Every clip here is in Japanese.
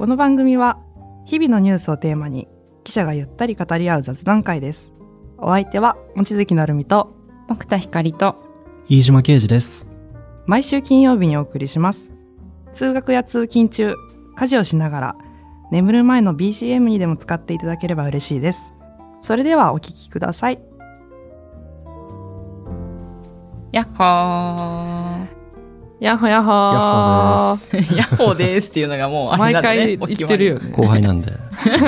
この番組は日々のニュースをテーマに記者がゆったり語り合う雑談会です。お相手は望月成美と奥田光と飯島啓二です。 毎週金曜日にお送りします。通学や通勤中、家事をしながら眠る前の BGM にでも使っていただければ嬉しいです。それではお聞きください。 やっほーやっほやっほーやっほーですっていうのがもうあれなんだね、 毎回言ってるよね。 後輩なんで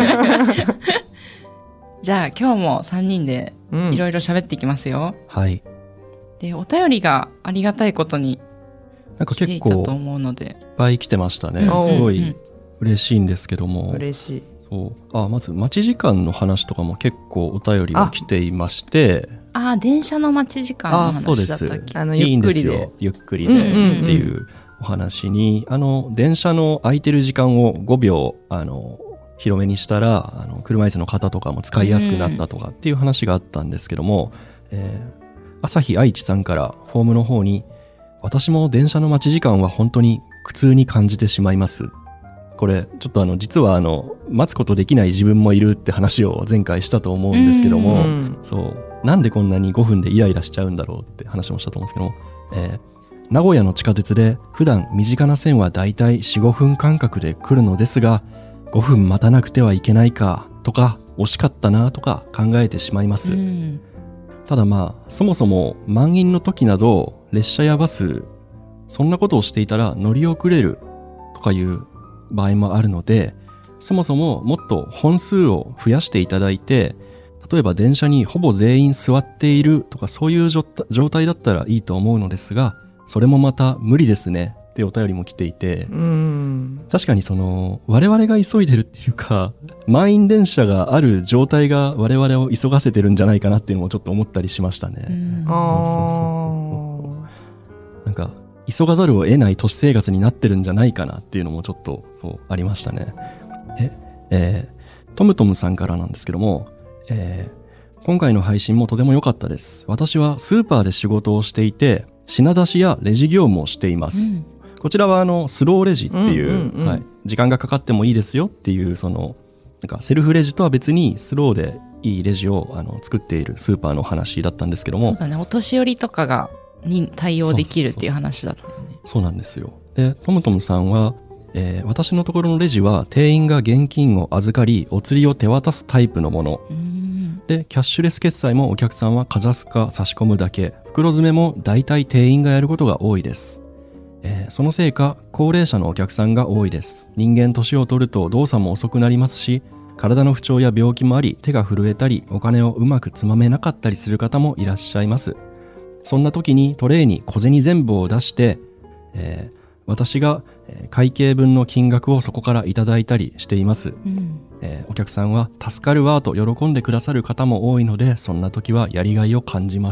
じゃあ今日も3人でいろいろ喋っていきますよ、 はい。 でお便りがありがたいことになんか来て結構いたと思うのでいっぱい来てましたね、 うんすごい嬉しいんですけども、 嬉しい。 そうまず待ち時間の話とかも結構お便りが来ていまして、 電車の待ち時間の話だったっけ。 ゆっくりでいいんですよ、ゆっくりでっていうお話に、電車の空いてる時間を5秒広めにしたら車椅子の方とかも使いやすくなったとかっていう話があったんですけども、朝日愛知さんからフォームの方に、私も電車の待ち時間は本当に苦痛に感じてしまいます。これちょっと実は待つことできない自分もいるって話を前回したと思うんですけども、そうなんでこんなに5分でイライラしちゃうんだろうって話もしたと思うんですけども、名古屋の地下鉄で普段身近な線はだいたい 4,5 分間隔で来るのですが、5分待たなくてはいけないかとか惜しかったなとか考えてしまいます。ただそもそも満員の時など列車やバスそんなことをしていたら乗り遅れるとかいう場合もあるので、そもそももっと本数を増やしていただいて、例えば電車にほぼ全員座っているとかそういう状態だったらいいと思うのですが、それもまた無理ですねってお便りも来ていて、確かに我々が急いでるっていうか、満員電車がある状態が我々を急がせてるんじゃないかなっていうのもちょっと思ったりしましたね。なんか急がざるを得ない都市生活になってるんじゃないかなっていうのもちょっとありましたね。トムトムさんからなんですけども、今回の配信もとても良かったです。私はスーパーで仕事をしていて、品出しやレジ業務をしています。こちらはスローレジっていう、時間がかかってもいいですよっていうなんかセルフレジとは別にスローでいいレジを作っているスーパーの話だったんですけども、 そうだね、お年寄りとかに対応できるっていう話だったよね。 そうなんですよ。でトムトムさんは、私のところのレジは店員が現金を預かりお釣りを手渡すタイプのもので、キャッシュレス決済もお客さんはかざすか差し込むだけ、袋詰めも大体店員がやることが多いです。そのせいか高齢者のお客さんが多いです。人間年を取ると動作も遅くなりますし、体の不調や病気もあり手が震えたりお金をうまくつまめなかったりする方もいらっしゃいます。そんな時にトレイに小銭全部を出して、私が会計分の金額をそこからいただいたりしています。お客さんは助かるわと喜んでくださる方も多いので、そんな時はやりがいを感じます。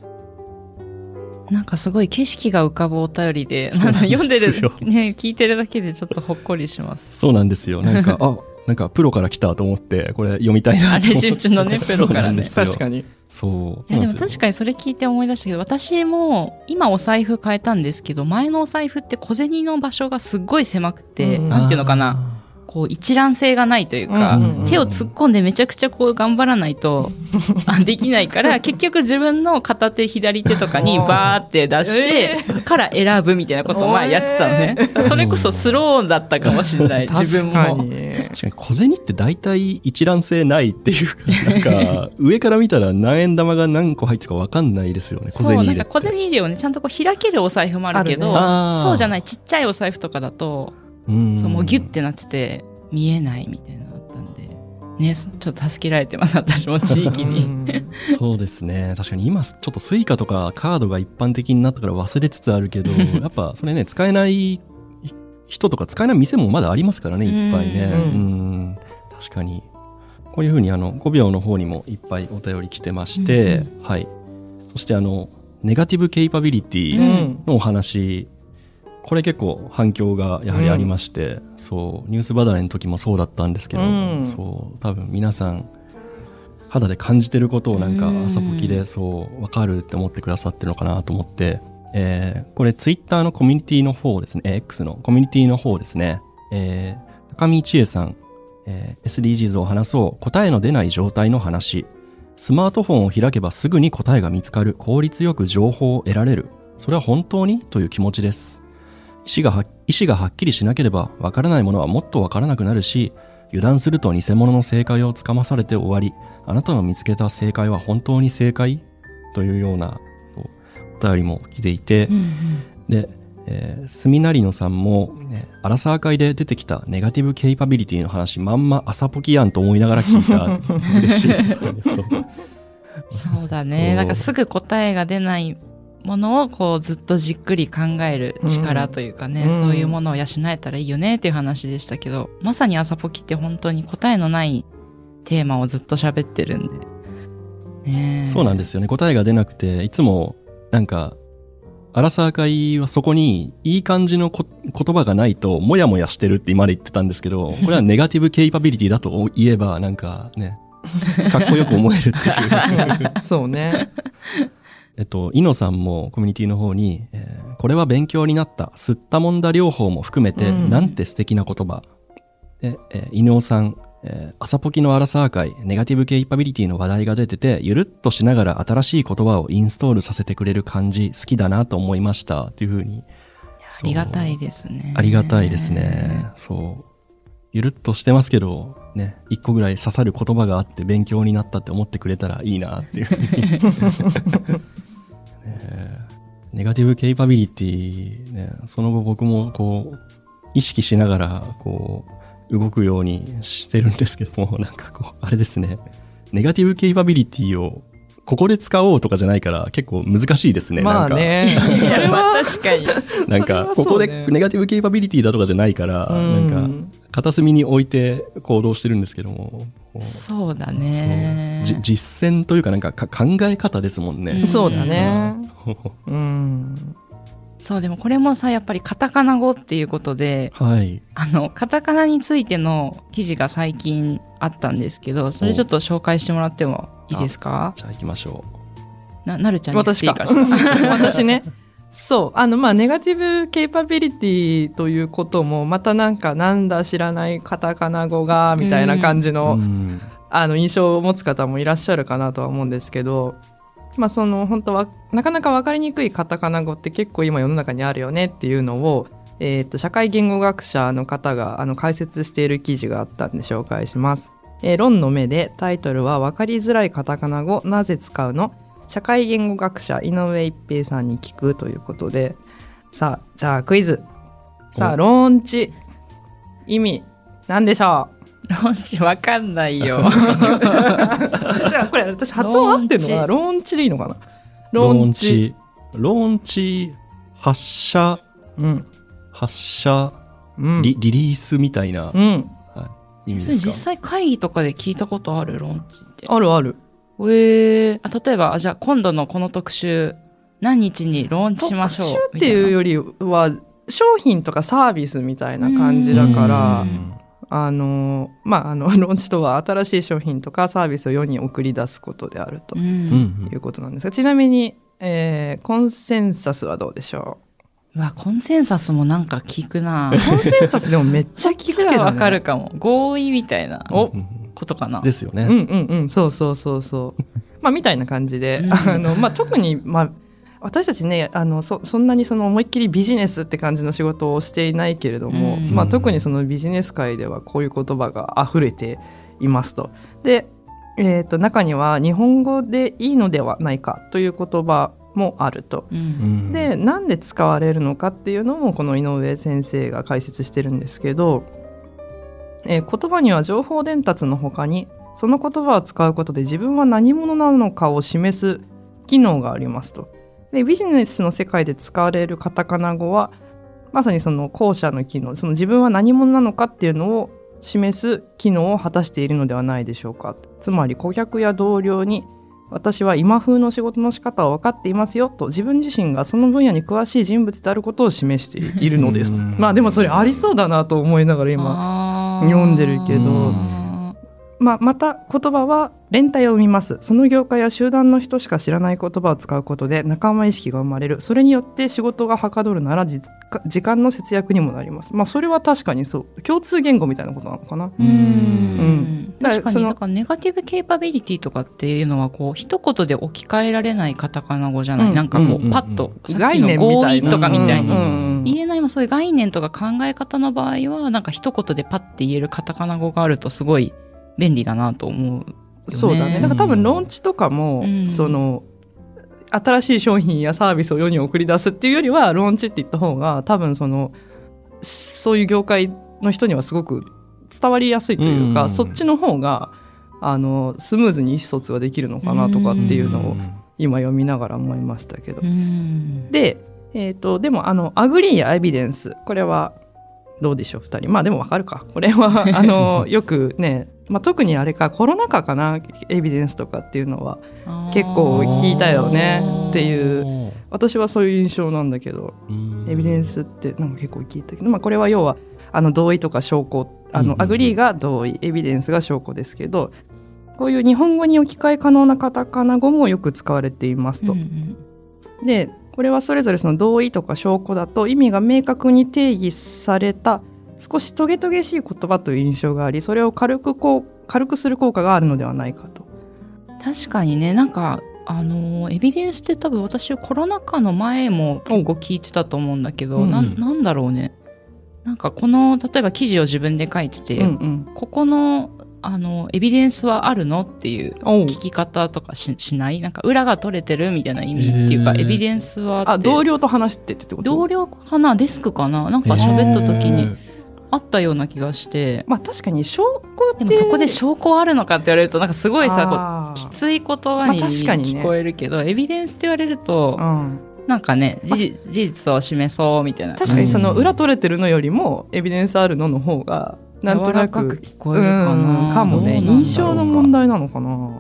なんかすごい景色が浮かぶお便りで、読んでるね、聞いてるだけでちょっとほっこりします。 そうなんですよ。なんかプロから来たと思ってこれ読みたいなと思って。 レジ打ちのねプロからね。 確かに。 そう。 いやでも確かにそれ聞いて思い出したけど、私も今お財布変えたんですけど、前のお財布って小銭の場所がすっごい狭くて、なんていうのかな、一覧性がないというか、手を突っ込んでめちゃくちゃ頑張らないとできないから結局自分の片手左手とかにバーって出してから選ぶみたいなことを前やってたのね。それこそスローだったかもしれない自分も。確かに小銭って大体一覧性ないっていうか、なんか上から見たら何円玉が何個入ってるか分かんないですよね。小銭入れって。 そう、なんか小銭入れをねちゃんと開けるお財布もあるけど、そうじゃないちっちゃいお財布とかだともうギュッてなってて見えないみたいなのあったんでね、ちょっと助けられてます私も地域にそうですね。確かに今ちょっとスイカとかカードが一般的になったから忘れつつあるけどやっぱそれね、使えない人とか使えない店もまだありますからね、いっぱいね。確かにこういうふうに5秒の方にもいっぱいお便り来てまして、はい。そしてネガティブケイパビリティのお話、これ結構反響がやはりありまして、そうニュースバダレの時もそうだったんですけど、そう多分皆さん肌で感じてることをなんか朝ポキでそう分かるって思ってくださってるのかなと思って、これツイッターのコミュニティの方ですね、X のコミュニティの方ですね、 高見千恵さん、SDGs を話そう。答えの出ない状態の話。スマートフォンを開けばすぐに答えが見つかる。効率よく情報を得られる。それは本当にという気持ちです。意思がはっきりしなければ、わからないものはもっとわからなくなるし、油断すると偽物の正解をつかまされて終わり。あなたの見つけた正解は本当に正解というようなお便りも来ていて、で、スミナリノさんも、アラサー会で出てきたネガティブケイパビリティの話、まんま朝ポキやんと思いながら聞いた。嬉しい。 そうだね。なんかすぐ答えが出ないものをこうずっとじっくり考える力というかね、そういうものを養えたらいいよねっていう話でしたけど、まさに朝ポキって本当に答えのないテーマをずっと喋ってるんで。ね、 そうなんですよね。答えが出なくて、いつもなんか、アラサー会はそこにいい感じの言葉がないともやもやしてるって今まで言ってたんですけど、これはネガティブケイパビリティだと言えばなんかね、かっこよく思えるっていう。 そうね。 イノさんもコミュニティの方に、これは勉強になった。吸ったもんだ療法も含めて、なんて素敵な言葉。で、伊能さん、朝ポキのアラサー会、ネガティブケイパビリティの話題が出てて、ゆるっとしながら新しい言葉をインストールさせてくれる感じ、好きだなと思いました。っていうふうに。 ありがたいですね。 ありがたいですね。そう。ゆるっとしてますけど、ね、一個ぐらい刺さる言葉があって勉強になったって思ってくれたらいいなっていうふうに。ネガティブケイパビリティ、ね、その後僕もこう、意識しながら、こう、動くようにしてるんですけども、なんかこう、あれですね。ネガティブケイパビリティをここで使おうとかじゃないから結構難しいですね。 まあね。 それは確かに。 なんか、ここでネガティブケイパビリティだとかじゃないから、なんか、片隅に置いて行動してるんですけども。 そうだね。 実践というかなんか考え方ですもんね。 そうだね。 そう、でもこれもさ、やっぱりカタカナ語っていうことで、 はい。 カタカナについての記事が最近あったんですけど、それちょっと紹介してもらってもいいですか？ じゃあ行きましょう。なるちゃんに私か。私ね。そう。まあ、ネガティブケイパビリティということも、またなんか、なんだ知らないカタカナ語が、みたいな感じの、印象を持つ方もいらっしゃるかなとは思うんですけど、まあ、本当はなかなか分かりにくいカタカナ語って結構今世の中にあるよねっていうのを、社会言語学者の方が解説している記事があったんで紹介します。論の目でタイトルは分かりづらいカタカナ語なぜ使うの？社会言語学者井上一平さんに聞くということで、さあじゃあクイズ。さあローンチ意味何でしょう？ ローンチわかんないよ。 だからこれ私発音合ってるのかな？ローンチでいいのかな？ローンチ発射、発射、リリースみたいな、 意味ですか？それ実際会議とかで聞いたことある？ローンチって。 あるある。 例えばじゃあ今度のこの特集何日にローンチしましょうみたいな。 特集っていうよりは商品とかサービスみたいな感じだから、ローンチとは新しい商品とかサービスを世に送り出すことであるということなんですが、ちなみに、コンセンサスはどうでしょう？コンセンサスもなんか聞くな。 コンセンサスでもめっちゃ聞くけどね。 わかるかも。合意みたいなことかな。 ですよね。 そう。まあみたいな感じで、特に私たちね、そんなに思いっきりビジネスって感じの仕事をしていないけれども、特にそのビジネス界ではこういう言葉が溢れていますと。で、中には日本語でいいのではないかという言葉もあると。で、なんで使われるのかっていうのもこの井上先生が解説してるんですけど、言葉には情報伝達の他にその言葉を使うことで自分は何者なのかを示す機能がありますと。で、ビジネスの世界で使われるカタカナ語はまさにその後者の機能、その自分は何者なのかっていうのを示す機能を果たしているのではないでしょうか。つまり顧客や同僚に私は今風の仕事の仕方を分かっていますよと自分自身がその分野に詳しい人物であることを示しているのです。まあでもそれありそうだなと思いながら今読んでるけど、また言葉は連帯を生みます。その業界や集団の人しか知らない言葉を使うことで仲間意識が生まれる。それによって仕事がはかどるなら実時間の節約にもなります。まあそれは確かにそう共通言語みたいなことなのかな。 確かにだからネガティブケイパビリティとかっていうのはこう一言で置き換えられないカタカナ語じゃない、なんかこうパッとさっきの合意とかみたいに言えない、そういう概念とか考え方の場合はなんか一言でパッて言えるカタカナ語があるとすごい便利だなと思うよね。 そうだね。なんか多分ローンチとかも、その新しい商品やサービスを世に送り出すっていうよりはローンチって言った方が多分そういう業界の人にはすごく伝わりやすいというか、そっちの方がスムーズに意思疎通ができるのかなとかっていうのを今読みながら思いましたけど、で、でもアグリーやエビデンス、これはどうでしょう2人。まあでもわかるか、これはよくね、まあ、特にあれかコロナ禍かな、エビデンスとかっていうのは結構聞いたよねっていう、私はそういう印象なんだけど、エビデンスってなんか結構聞いたけど、まあ、これは要は同意とか証拠、アグリーが同意、エビデンスが証拠ですけど、こういう日本語に置き換え可能なカタカナ語もよく使われていますと。でこれはそれぞれその同意とか証拠だと意味が明確に定義された少しトゲトゲしい言葉という印象があり、それを軽くする効果があるのではないかと。 確かにね、なんかエビデンスって多分私コロナ禍の前も結構聞いてたと思うんだけど、なんだろうね、なんか例えば記事を自分で書いてて、ここのエビデンスはあるのっていう聞き方とか しない？なんか裏が取れてるみたいな意味っていうか、エビデンスはって。 同僚と話してってこと？ 同僚かな、デスクかな、なんか喋った時にあったような気がして。 まあ確かに証拠って、 でもそこで証拠あるのかって言われるとなんかすごいさ、きつい言葉に聞こえるけど、エビデンスって言われると、なんかね、事実を示そうみたいな。 確かにその裏取れてるのよりもエビデンスあるのの方がなんとなく聞こえるかな、 かもね。印象の問題なのかな。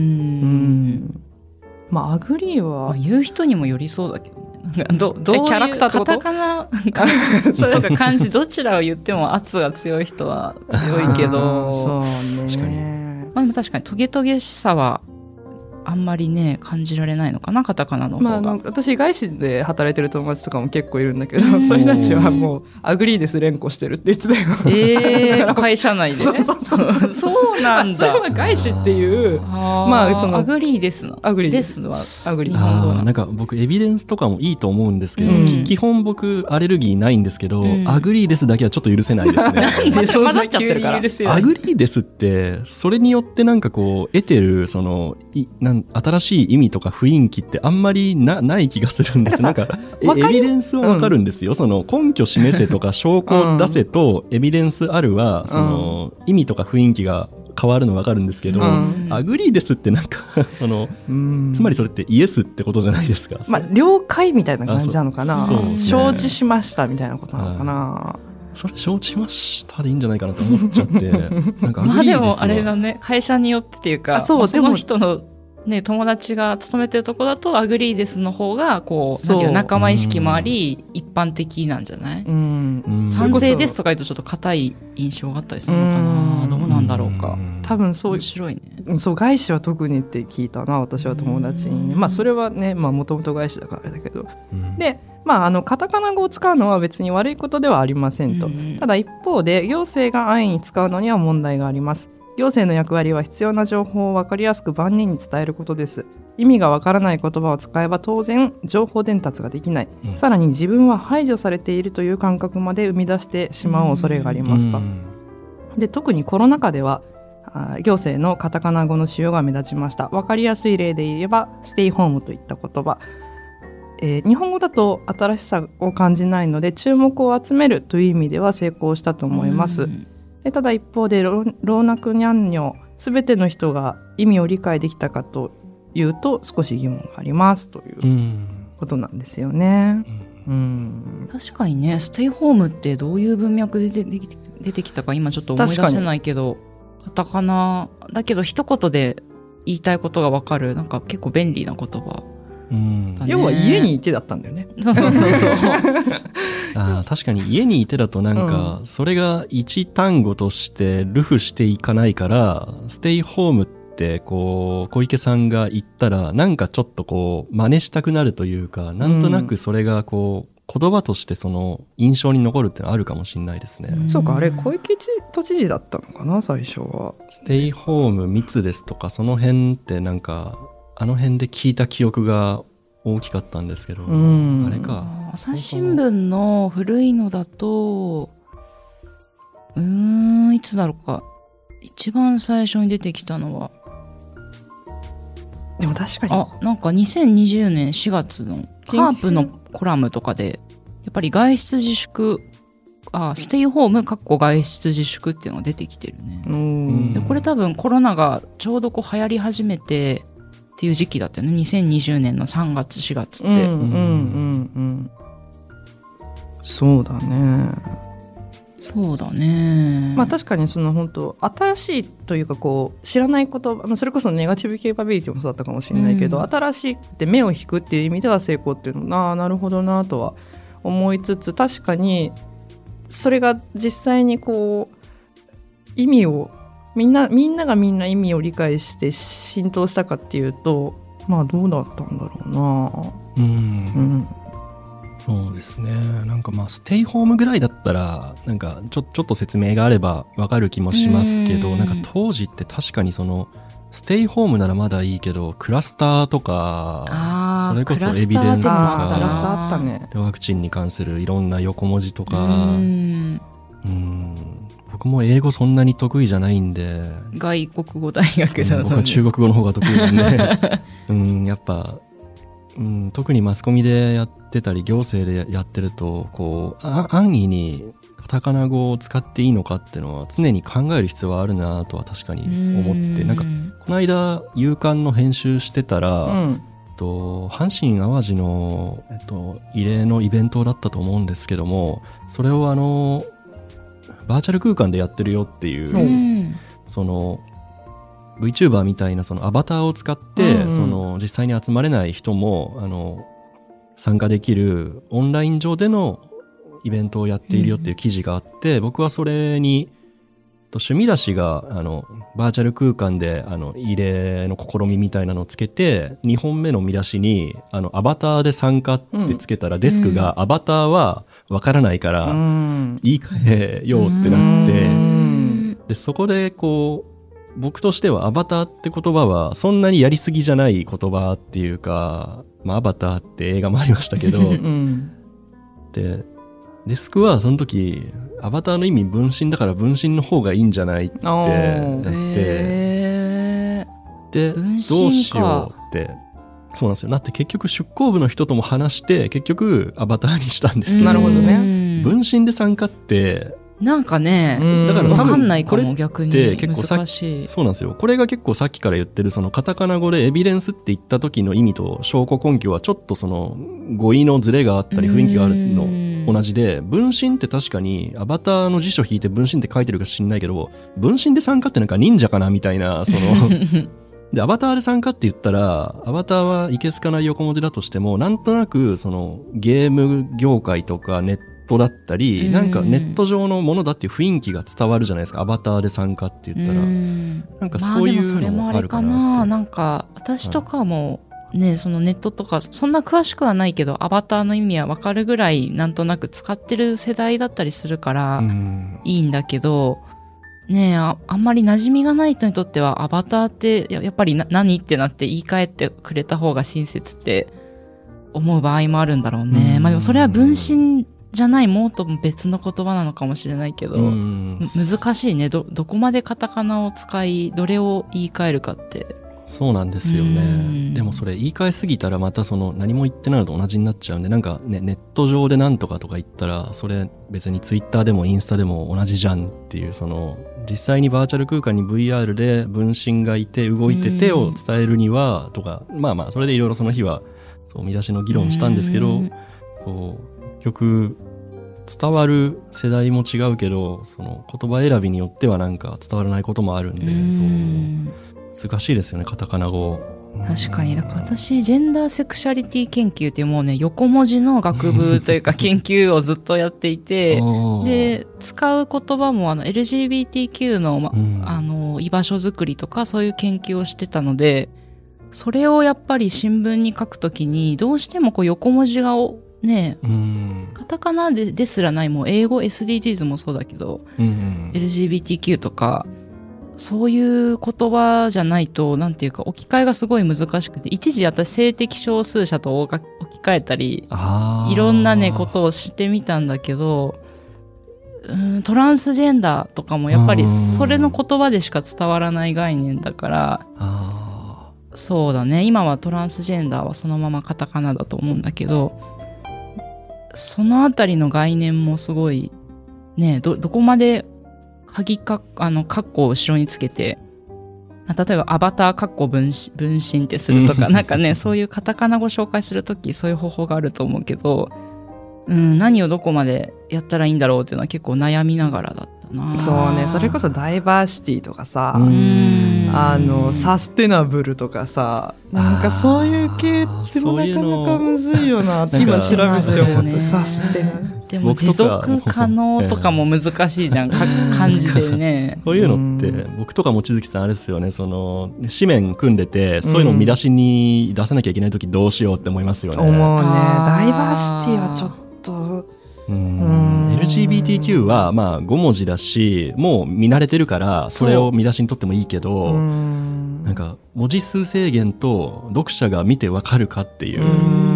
まあアグリーは、 言う人にもよりそうだけどね。どういうキャラクターってこと？ カタカナとか漢字どちらを言っても圧が強い人は強いけどそうね。まあ、でも確かにトゲトゲしさはあんまりね感じられないのかな、カタカナの方が。 まあ、私外資で働いてる友達とかも結構いるんだけど、そういう人たちはもうアグリーです連呼してるって言ってたよ。 会社内でね。そうなんだ。 それは外資っていう、まあそのアグリーですの。 アグリーですのはアグリー。 なんか僕エビデンスとかもいいと思うんですけど、基本僕アレルギーないんですけど、アグリーですだけはちょっと許せないですね。 混ざっちゃってるから。 アグリーですってそれによってなんかこう得てるその新しい意味とか雰囲気ってあんまりない気がするんです。なんかエビデンスはわかるんですよ、その根拠示せとか証拠出せと、エビデンスあるはその意味とか雰囲気が変わるの分かるんですけど、アグリーですってなんかつまりそれってイエスってことじゃないですか。 まあ了解みたいな感じなのかな。承知しましたみたいなことなのかな。 それ承知しましたでいいんじゃないかなと思っちゃってなんかまあでもあれだね、会社によってっていうか、その人のね、友達が勤めてるとこだとアグリーですの方がこうなんていう仲間意識もあり一般的なんじゃない？賛成ですとか言うとちょっと硬い印象があったりするのかな。どうなんだろうか。 多分そう面白いね。 そう、外資は特にって聞いたな、私は友達にね。まあそれはね、まあもともと外資だからだけど、でまあカタカナ語を使うのは別に悪いことではありませんと。ただ一方で行政が安易に使うのには問題があります。行政の役割は必要な情報を分かりやすく万人に伝えることです。意味が分からない言葉を使えば当然情報伝達ができない、さらに自分は排除されているという感覚まで生み出してしまう恐れがありますと。で特にコロナ禍では行政のカタカナ語の使用が目立ちました。分かりやすい例で言えばステイホームといった言葉、日本語だと新しさを感じないので注目を集めるという意味では成功したと思います。でただ一方で老若男女すべての人が意味を理解できたかというと少し疑問がありますということなんですよね。 確かにね、ステイホームってどういう文脈で出てきたか今ちょっと思い出せないけど、カタカナだけど一言で言いたいことが分かる、なんか結構便利な言葉だね。 要は家にいてだったんだよね。 そう確かに家にいてだとなんか、それが一単語としてルフしていかないから、ステイホームってこう小池さんが言ったらなんかちょっとこう真似したくなるというか、なんとなくそれがこう言葉としてその印象に残るってのはあるかもしれないですね。 そうか、あれ小池都知事だったのかな最初は。 ステイホーム密ですとかその辺ってなんかあの辺で聞いた記憶が大きかったんですけど、あれか。 朝日新聞の古いのだといつだろうか、一番最初に出てきたのは、 でも確かになんか2020年4月のカープのコラムとかでやっぱり外出自粛ステイホーム外出自粛っていうのが出てきてるね。でこれ多分コロナがちょうどこう流行り始めてっていう時期だったよね、2020年の3月4月って。 そうだね。 そうだね。 まあ確かにその本当新しいというかこう知らないこと、それこそネガティブケーパビリティもそうだったかもしれないけど、新しいって目を引くっていう意味では成功っていうのなるほどなとは思いつつ、確かにそれが実際にこう意味をみんながみんな意味を理解して浸透したかっていうと、まあどうだったんだろうな。 そうですね。なんかまあステイホームぐらいだったらなんかちょっと説明があればわかる気もしますけど、なんか当時って確かにそのステイホームならまだいいけどクラスターとかそれこそエビデンスとかクラスターあったね。 ワクチンに関するいろんな横文字とか、僕も英語そんなに得意じゃないんで、 外国語大学だのに、 僕は中国語の方が得意なんでやっぱ特にマスコミでやってたり行政でやってるとこう安易にカタカナ語を使っていいのかっていうのは常に考える必要はあるなとは確かに思って、なんかこの間夕刊の編集してたら、阪神・淡路の、異例のイベントだったと思うんですけども、それをバーチャル空間でやってるよっていう、そのVTuber みたいなそのアバターを使って、その実際に集まれない人も参加できるオンライン上でのイベントをやっているよっていう記事があって、僕はそれに趣味出しがバーチャル空間で異例の試みみたいなのをつけて、2本目の見出しにアバターで参加ってつけたら、デスクがアバターはわからないから言い換えようってなって、でそこでこう僕としてはアバターって言葉はそんなにやりすぎじゃない言葉っていうか、アバターって映画もありましたけど、でデスクはその時アバターの意味分身だから分身の方がいいんじゃないってなって、でどうしようって、そうなんですよ。だって結局出向部の人とも話して結局アバターにしたんですけど、 なるほどね。 分身で参加ってなんかね、 だから分かんないかも、逆に難しい。 そうなんですよ。これが結構さっきから言ってるそのカタカナ語でエビデンスって言った時の意味と証拠根拠はちょっとその語彙のズレがあったり雰囲気があるの同じで、分身って確かにアバターの辞書引いて分身って書いてるか知んないけど、分身で参加ってなんか忍者かなみたいな、そのでアバターで参加って言ったらアバターはいけすかない横文字だとしても、なんとなくそのゲーム業界とかネットだったり、なんかネット上のものだっていう雰囲気が伝わるじゃないですか。アバターで参加って言ったら、なんかそういうのもあるかなって。 なんか私とかもね、そのネットとかそんな詳しくはないけど、アバターの意味は分かるぐらいなんとなく使ってる世代だったりするからいいんだけど、ねえ、あんまり馴染みがない人にとってはアバターってやっぱり何ってなって言い換えてくれた方が親切って思う場合もあるんだろうね。でもそれは分身じゃない、もっと別の言葉なのかもしれないけど、難しいね。どこまでカタカナを使いどれを言い換えるかって。 そうなんですよね。でもそれ言い換えすぎたらまたその何も言ってないのと同じになっちゃうんで、なんかね、ネット上でなんとかとか言ったらそれ別にツイッターでもインスタでも同じじゃんっていう、その実際にバーチャル空間に VR で分身がいて動いててを伝えるにはとか、まあそれでいろいろその日はそう見出しの議論したんですけど、結局伝わる世代も違うけど、その言葉選びによってはなんか伝わらないこともあるんで、そう難しいですよね、カタカナ語。 確かに。だから私ジェンダーセクシャリティ研究っていうもうね、横文字の学部というか研究をずっとやっていてで使う言葉もLGBTQ の、居場所づくりとかそういう研究をしてたので、それをやっぱり新聞に書くときにどうしてもこう横文字が多ねカタカナですらない、もう英語 SDGs もそうだけど、LGBTQ とかそういう言葉じゃないとなんていうか置き換えがすごい難しくて、一時私性的少数者と置き換えたりいろんなねことをしてみたんだけど、トランスジェンダーとかもやっぱりそれの言葉でしか伝わらない概念だから、そうだね、今はトランスジェンダーはそのままカタカナだと思うんだけど、そのあたりの概念もすごいね、どこまでカッコを後ろにつけて、例えばアバターカッコ分身ってするとかなんかねそういうカタカナ語紹介するときそういう方法があると思うけど、何をどこまでやったらいいんだろうっていうのは結構悩みながらだったな。 そうね、それこそダイバーシティとかさ、サステナブルとかさ、なんかそういう系ってもなかなかむずいよなって今調べて思って、サステナブルでも持続可能とかも難しいじゃん、漢字でね。 そういうのって僕とか望月さんあれですよね、その紙面組んでてそういうのを見出しに出さなきゃいけないときどうしようって思いますよね。 思うね。ダイバーシティはちょっと LGBTQ はまあ5文字だしもう見慣れてるからそれを見出しにとってもいいけど、なんか文字数制限と読者が見てわかるかっていう。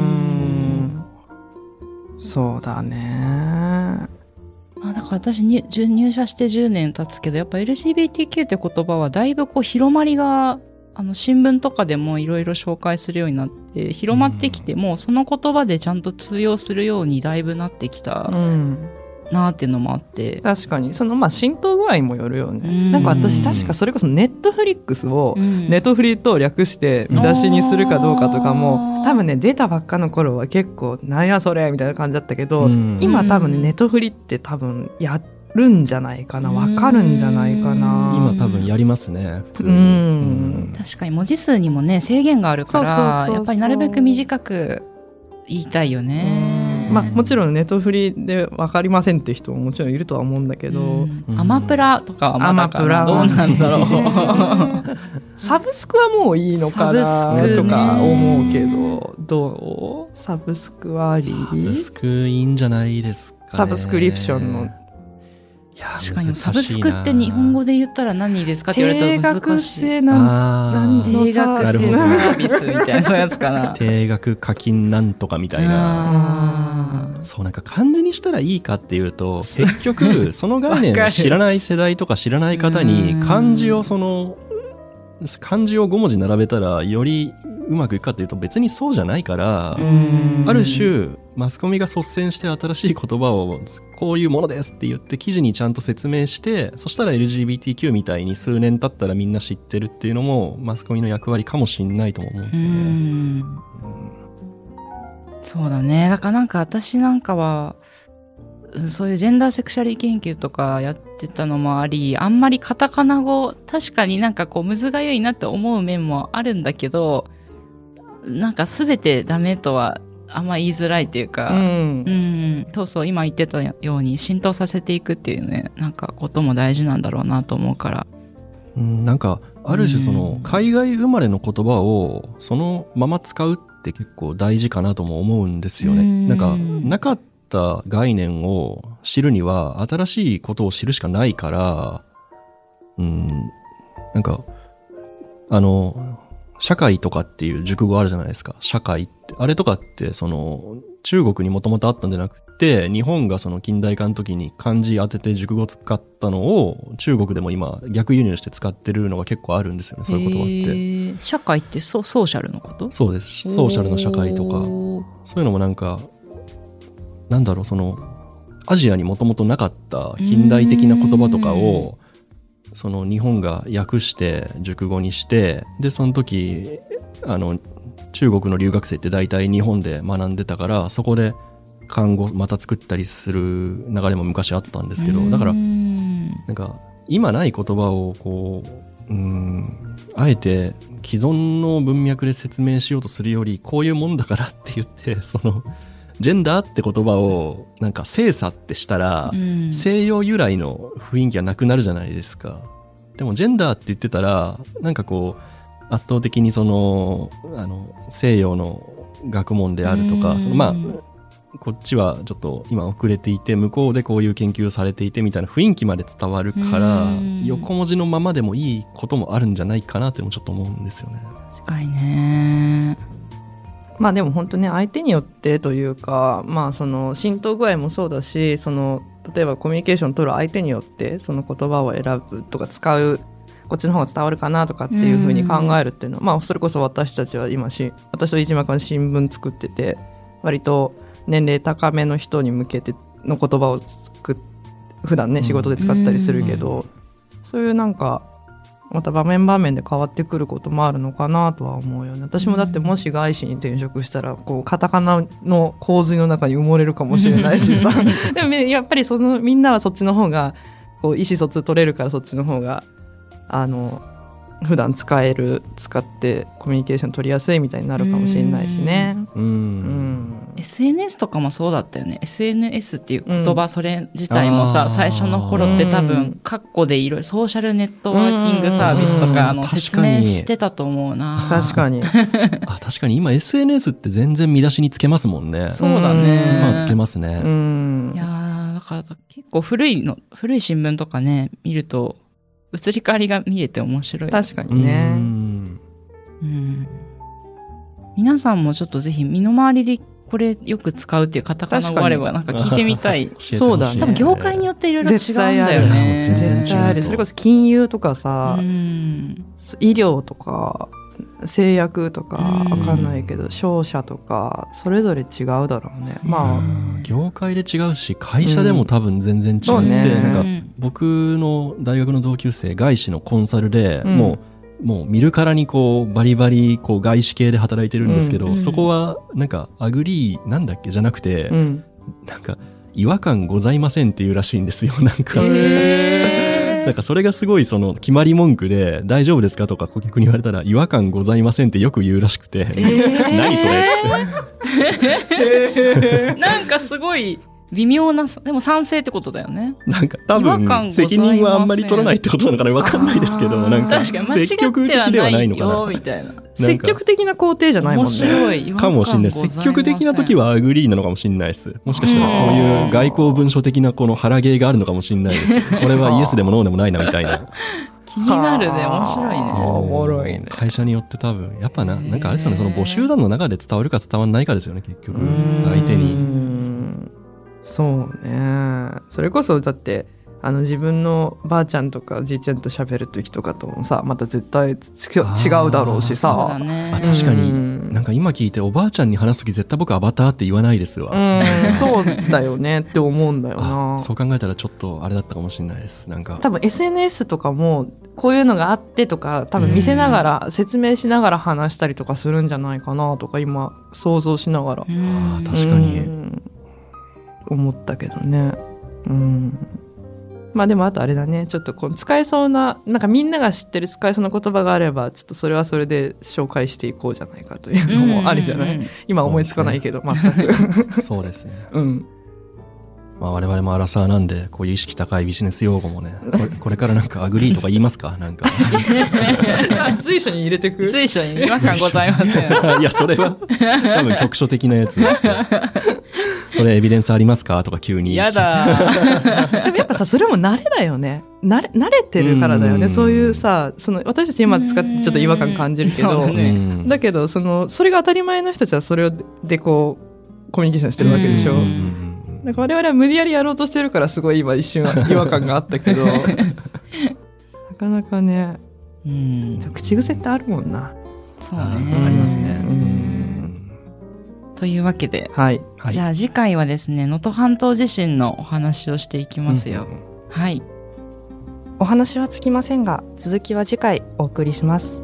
そうだね。 だから私入社して10年経つけど、やっぱ LGBTQ って言葉はだいぶこう広まりが新聞とかでもいろいろ紹介するようになって広まってきて、もうその言葉でちゃんと通用するようにだいぶなってきたなっていうのもあって、 確かにその浸透具合もよるよね。なんか私確かそれこそネットフリックスをネットフリと略して見出しにするかどうかとかも多分ね出たばっかの頃は結構なんやそれみたいな感じだったけど、今多分ねネットフリって多分やるんじゃないかな、わかるんじゃないかな。 今多分やりますね普通に。確かに文字数にもね制限があるからやっぱりなるべく短く言いたいよね。 もちろんネットフリで分かりませんって人ももちろんいるとは思うんだけど、 アマプラとかはまだかな、どうなんだろうサブスクはもういいのかなとか思うけど、どう？サブスクはあり？ サブスクいいんじゃないですかね。 サブスクリプションの確かにサブスクって日本語で言ったら何ですかって言われたら難しい。 定額制サービスみたいなそういうやつかな。 定額課金なんとかみたいな。そうなんか漢字にしたらいいかっていうと結局その概念を知らない世代とか知らない方に漢字を5文字並べたらよりうまくいくかっていうと別にそうじゃないから、ある種マスコミが率先して新しい言葉をこういうものですって言って記事にちゃんと説明して、そしたら LGBTQ みたいに数年経ったらみんな知ってるっていうのもマスコミの役割かもしれないとも思うんですよね。 そうだね。だからなんか私なんかはそういうジェンダーセクシャリ研究とかやってたのもあり、あんまりカタカナ語確かになんかこうむずがゆいなって思う面もあるんだけど、なんか全てダメとはあんま言いづらいっていうか、そう今言ってたように浸透させていくっていうね、なんかことも大事なんだろうなと思うから、 なんかある種その海外生まれの言葉をそのまま使うって結構大事かなとも思うんですよね。なんかなかった概念を知るには新しいことを知るしかないから、なんか社会とかっていう熟語あるじゃないですか。社会ってあれとかってその中国にもともとあったんじゃなくて、日本がその近代化の時に漢字当てて熟語使ったのを中国でも今逆輸入して使ってるのが結構あるんですよね。そういう言葉って。 社会ってソーシャルのこと？ そうです。ソーシャルの社会とかそういうのもなんかなんだろう、そのアジアにもともとなかった近代的な言葉とかをその日本が訳して熟語にして、でその時中国の留学生って大体日本で学んでたから、そこで漢語また作ったりする流れも昔あったんですけど、だからなんか今ない言葉をこうあえて既存の文脈で説明しようとするより、こういうもんだからって言ってそのジェンダーって言葉をなんか性差ってしたら、西洋由来の雰囲気がなくなるじゃないですか。でもジェンダーって言ってたらなんかこう圧倒的にその西洋の学問であるとか、そのこっちはちょっと今遅れていて向こうでこういう研究をされていてみたいな雰囲気まで伝わるから横文字のままでもいいこともあるんじゃないかなってもちょっと思うんですよね。 確かにね。 まあでも本当ね相手によってというか、まあその浸透具合もそうだし、その例えばコミュニケーションを取る相手によってその言葉を選ぶとか使うこっちの方が伝わるかなとかっていうふうに考えるっていうのは、まあそれこそ私たちは今私と飯島君は新聞作ってて割と年齢高めの人に向けての言葉を普段ね仕事で使ってたりするけど、そういうなんかまた場面場面で変わってくることもあるのかなとは思うよね。私もだってもし外資に転職したらこうカタカナの洪水の中に埋もれるかもしれないしさでもやっぱりみんなはそっちの方がこう意思疎通取れるからそっちの方が普段使ってコミュニケーション取りやすいみたいになるかもしれないしね。 SNS とかもそうだったよね。 SNS っていう言葉、それ自体もさ最初の頃って多分カッコでいろいろソーシャルネットワーキングサービスとか説明してたと思うな。 確かに確かに今 SNS って全然見出しにつけますもんね。 そうだね。 まあつけますね。 いやだから結構古い新聞とかね見ると移り変わりが見れて面白い。 確かにね。 皆さんもちょっとぜひ身の回りでこれよく使うっていうカタカナがあればなんか聞いてみたい。 そうだね。 多分業界によっていろいろ違うんだよね。 絶対ある。それこそ金融とかさ、医療とか製薬とかわかんないけど商社とかそれぞれ違うだろうね。まあ業界で違うし会社でも多分全然違って、なんか僕の大学の同級生外資のコンサルで、もう見るからにこうバリバリこう外資系で働いてるんですけど、そこはなんかアグリーなんだっけじゃなくて、なんか違和感ございませんっていうらしいんですよ。なんかなんかそれがすごいその決まり文句で大丈夫ですかとか顧客に言われたら違和感ございませんってよく言うらしくて、何それなんかすごい微妙な、でも賛成ってことだよね。 なんか多分責任はあんまり取らないってことなのかな、わかんないですけど、なんか積極的ではないのかなみたいな。 積極的な肯定じゃないもんね。 面白い。 かもしれない。積極的な時はアグリーなのかもしれないです。もしかしたらそういう外交文書的なこの腹芸があるのかもしれないです。これはイエスでもノーでもないなみたいな。 気になるね。面白いね。 おもろいね。 会社によって多分やっぱなんかあれですよね、その母集団の中で伝わるか伝わらないかですよね、結局相手に。 そうね。それこそだって自分のばあちゃんとかじいちゃんと喋る時とかともさまた絶対違うだろうしさ。 そうだね。 確かになんか今聞いておばあちゃんに話す時絶対僕アバターって言わないですわ。 そうだよねって思うんだよな。 そう考えたらちょっとあれだったかもしれないです。なんか多分 SNS とかもこういうのがあってとか多分見せながら説明しながら話したりとかするんじゃないかなとか今想像しながら確かに思ったけどね。まあでもあとあれだね、ちょっとこう使えそうな、なんかみんなが知ってる使えそうな言葉があればちょっとそれはそれで紹介していこうじゃないかというのもありじゃない。今思いつかないけど全くそうですね。まあ我々もアラサーなんでこういう意識高いビジネス用語もね、これからなんかアグリーとか言いますかなんか随所に入れてく。 随所に違和感ございません。 いやそれは多分局所的なやつですね。それエビデンスありますかとか急に。 やだ。 でもやっぱさそれも慣れだよね。慣れてるからだよね。そういうさ私たち今使ってちょっと違和感感じるけど、だけどそれが当たり前の人たちはそれでこうコミュニケーションしてるわけでしょ。なんか我々は無理やりやろうとしてるからすごい今一瞬違和感があったけどなかなかね、口癖ってあるもんな。 そうね。 ありますね。 というわけで、 じゃあ次回はですね能登半島地震のお話をしていきますよ。はい。 お話はつきませんが続きは次回お送りします。